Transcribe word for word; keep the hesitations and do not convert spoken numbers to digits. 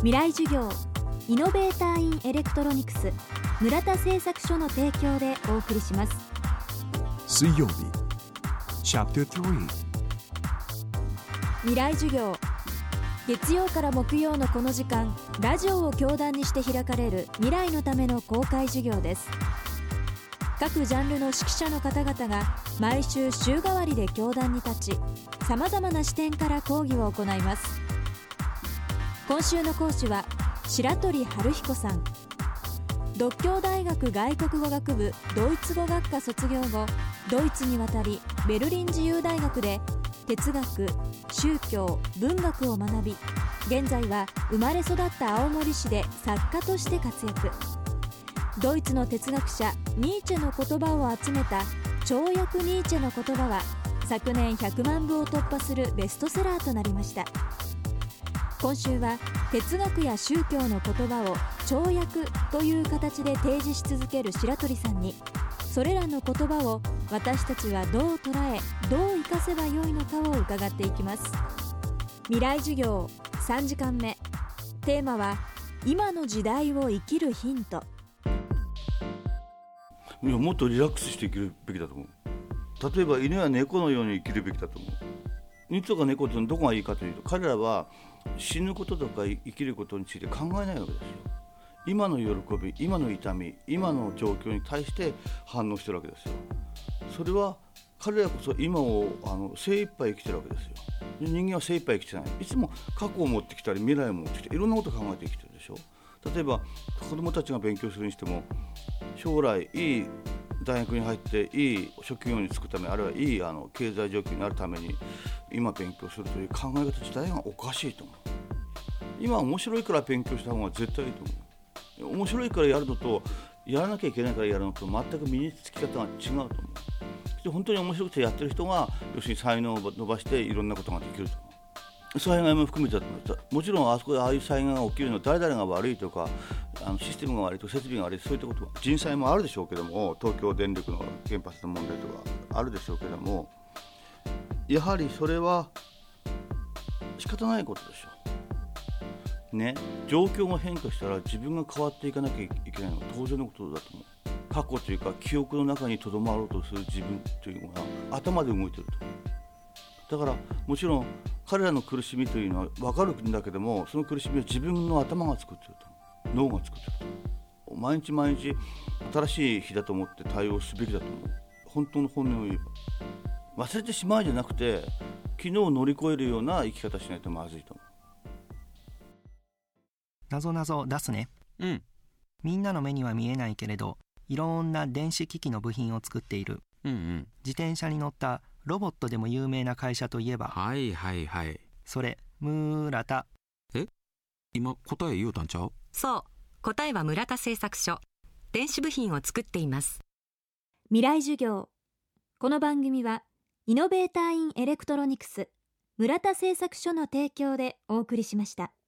未来授業イノベーターインエレクトロニクス村田製作所の提供でお送りします。 水曜日チャプタースリー未来授業、月曜から木曜のこの時間、ラジオを教壇にして開かれる未来のための公開授業です。各ジャンルの指揮者の方々が毎週週替わりで教壇に立ち、さまざまな視点から講義を行います。今週の講師は白鳥春彦さん。獨協大学外国語学部ドイツ語学科卒業後、ドイツに渡りベルリン自由大学で哲学、宗教、文学を学び、現在は生まれ育った青森市で作家として活躍。ドイツの哲学者ニーチェの言葉を集めた跳躍ニーチェの言葉は昨年ひゃくまんぶを突破するベストセラーとなりました。今週は哲学や宗教の言葉を跳躍という形で提示し続ける白鳥さんに、それらの言葉を私たちはどう捉え、どう生かせばよいのかを伺っていきます。未来授業さんじかんめ、テーマは今の時代を生きるヒント。 いや、もっとリラックスして生きるべきだと思う。例えば犬や猫のように生きるべきだと思う。犬とか猫ってどこがいいかというと、彼らは死ぬこととか生きることについて考えないわけですよ。今の喜び、今の痛み、今の状況に対して反応してるわけですよ。それは彼らこそ今をあの精一杯生きてるわけですよ。人間は精一杯生きてない。いつも過去を持ってきたり未来を持ってきていろんなことを考えて生きてるでしょ。例えば子どもたちが勉強するにしても、将来いい大学に入っていい職業に就くため、あるいはいいあの経済状況になるために今勉強するという考え方自体がおかしいと思う。今面白いから勉強した方が絶対いいと思う。面白いからやるのとやらなきゃいけないからやるのと全く身につき方が違うと思う。で本当に面白くてやってる人が要するに才能を伸ばしていろんなことができると思う。災害も含めてだと思います。もちろんあそこでああいう災害が起きるのは誰々が悪いとか、あのシステムが悪いとか設備が悪い、そういったことは人災もあるでしょうけども、東京電力の原発の問題とかあるでしょうけども、やはりそれは仕方ないことでしょうね。状況が変化したら自分が変わっていかなきゃいけないのが当然のことだと思う。過去というか記憶の中にとどまろうとする自分というのが頭で動いていると。だからもちろん彼らの苦しみというのは分かるんだけども、その苦しみは自分の頭が作っていると、脳が作っていると。毎日毎日新しい日だと思って対応すべきだと思う。本当の本音を言えば忘れてしまうじゃなくて、昨日を乗り越えるような生き方しないとまずいと思う。 なぞなぞ出すね。 うん。 みんなの目には見えないけれど、いろんな電子機器の部品を作っている、 うんうん、 自転車に乗ったロボットでも有名な会社といえば、 はいはいはい、 それ村田。 え、今答え言うたんちゃう？ そう、答えは村田製作所。電子部品を作っています。 未来授業、この番組はイノベーターインエレクトロニクス村田製作所の提供でお送りしました。